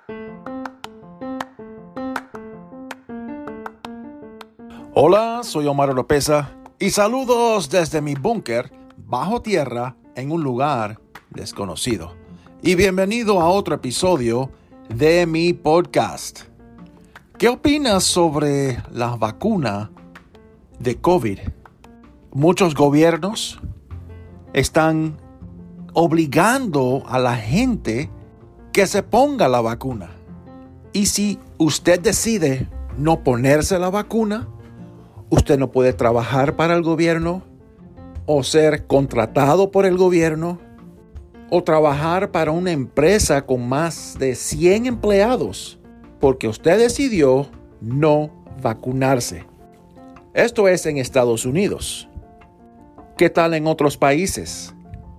Hola, soy Omar Oropesa y saludos desde mi búnker bajo tierra en un lugar desconocido. Y bienvenido a otro episodio de mi podcast. ¿Qué opinas sobre la vacuna de COVID? Muchos gobiernos están obligando a la gente que se ponga la vacuna. Y si usted decide no ponerse la vacuna, usted no puede trabajar para el gobierno o ser contratado por el gobierno o trabajar para una empresa con más de 100 empleados porque usted decidió no vacunarse. Esto es en Estados Unidos. ¿Qué tal en otros países?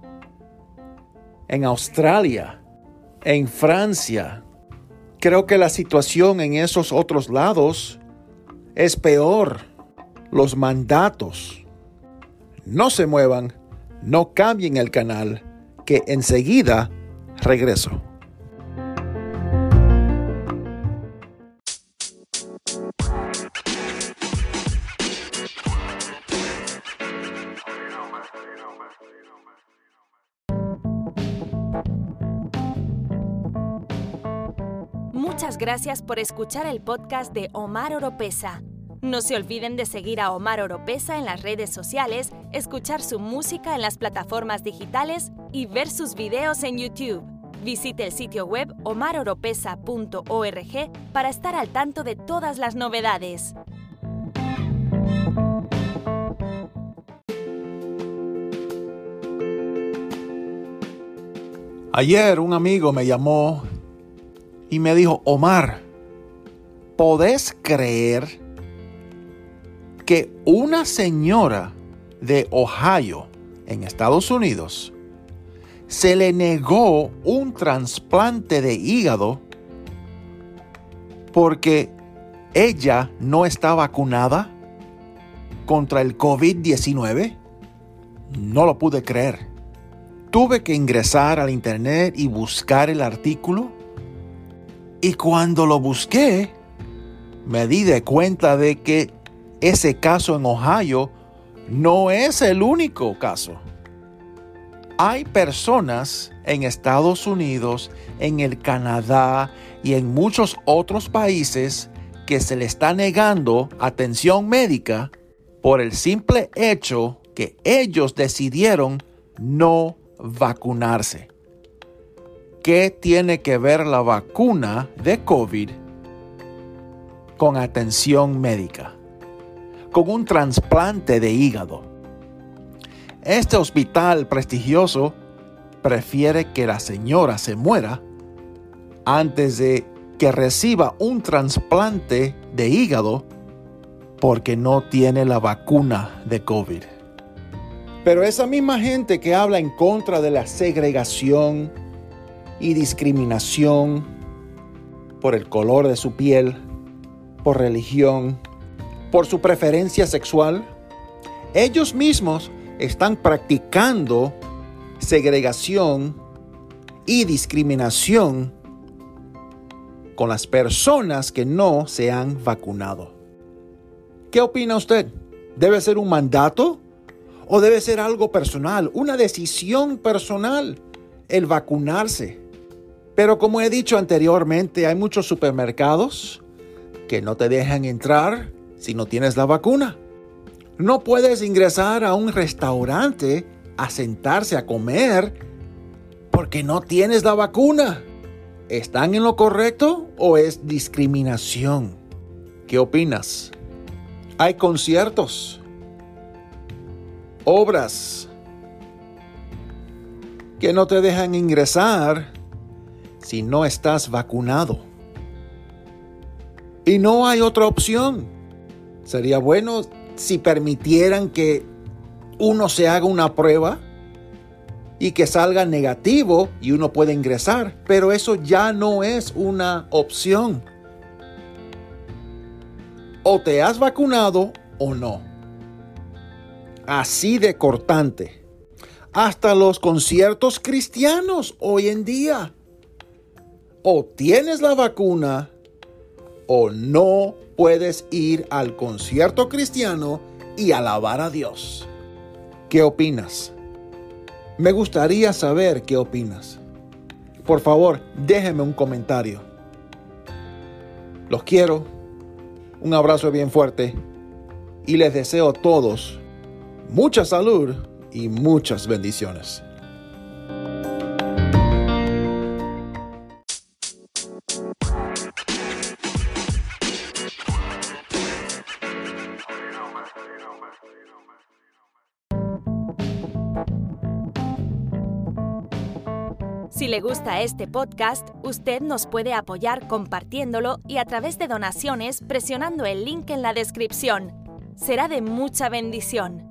En Australia, en Francia. Creo que la situación en esos otros lados es peor. Los mandatos. No se muevan, no cambien el canal, que enseguida regreso. Muchas gracias por escuchar el podcast de Omar Oropesa. No se olviden de seguir a Omar Oropesa en las redes sociales, escuchar su música en las plataformas digitales y ver sus videos en YouTube. Visite el sitio web omaroropesa.org para estar al tanto de todas las novedades. Ayer un amigo me llamó y me dijo: Omar, ¿podés creer que una señora de Ohio, en Estados Unidos, se le negó un trasplante de hígado porque ella no está vacunada contra el COVID-19? No lo pude creer. Tuve que ingresar al internet y buscar el artículo. Y cuando lo busqué, me di de cuenta de que ese caso en Ohio no es el único caso. Hay personas en Estados Unidos, en el Canadá y en muchos otros países que se le está negando atención médica por el simple hecho que ellos decidieron no vacunarse. ¿Qué tiene que ver la vacuna de COVID con atención médica? Con un trasplante de hígado. Este hospital prestigioso prefiere que la señora se muera antes de que reciba un trasplante de hígado porque no tiene la vacuna de COVID. Pero esa misma gente que habla en contra de la segregación y discriminación por el color de su piel, por religión, por su preferencia sexual, ellos mismos están practicando segregación y discriminación con las personas que no se han vacunado. ¿Qué opina usted? ¿Debe ser un mandato o debe ser algo personal, una decisión personal, el vacunarse? Pero como he dicho anteriormente, hay muchos supermercados que no te dejan entrar si no tienes la vacuna. No puedes ingresar a un restaurante a sentarse a comer porque no tienes la vacuna. ¿Están en lo correcto o es discriminación? ¿Qué opinas? Hay conciertos, obras que no te dejan ingresar si no estás vacunado. Y no hay otra opción. Sería bueno si permitieran que uno se haga una prueba y que salga negativo y uno puede ingresar, pero eso ya no es una opción. O te has vacunado o no. Así de cortante. Hasta los conciertos cristianos hoy en día. O tienes la vacuna o no puedes ir al concierto cristiano y alabar a Dios. ¿Qué opinas? Me gustaría saber qué opinas. Por favor, déjenme un comentario. Los quiero. Un abrazo bien fuerte. Y les deseo a todos mucha salud y muchas bendiciones. Si le gusta este podcast, usted nos puede apoyar compartiéndolo y a través de donaciones presionando el link en la descripción. Será de mucha bendición.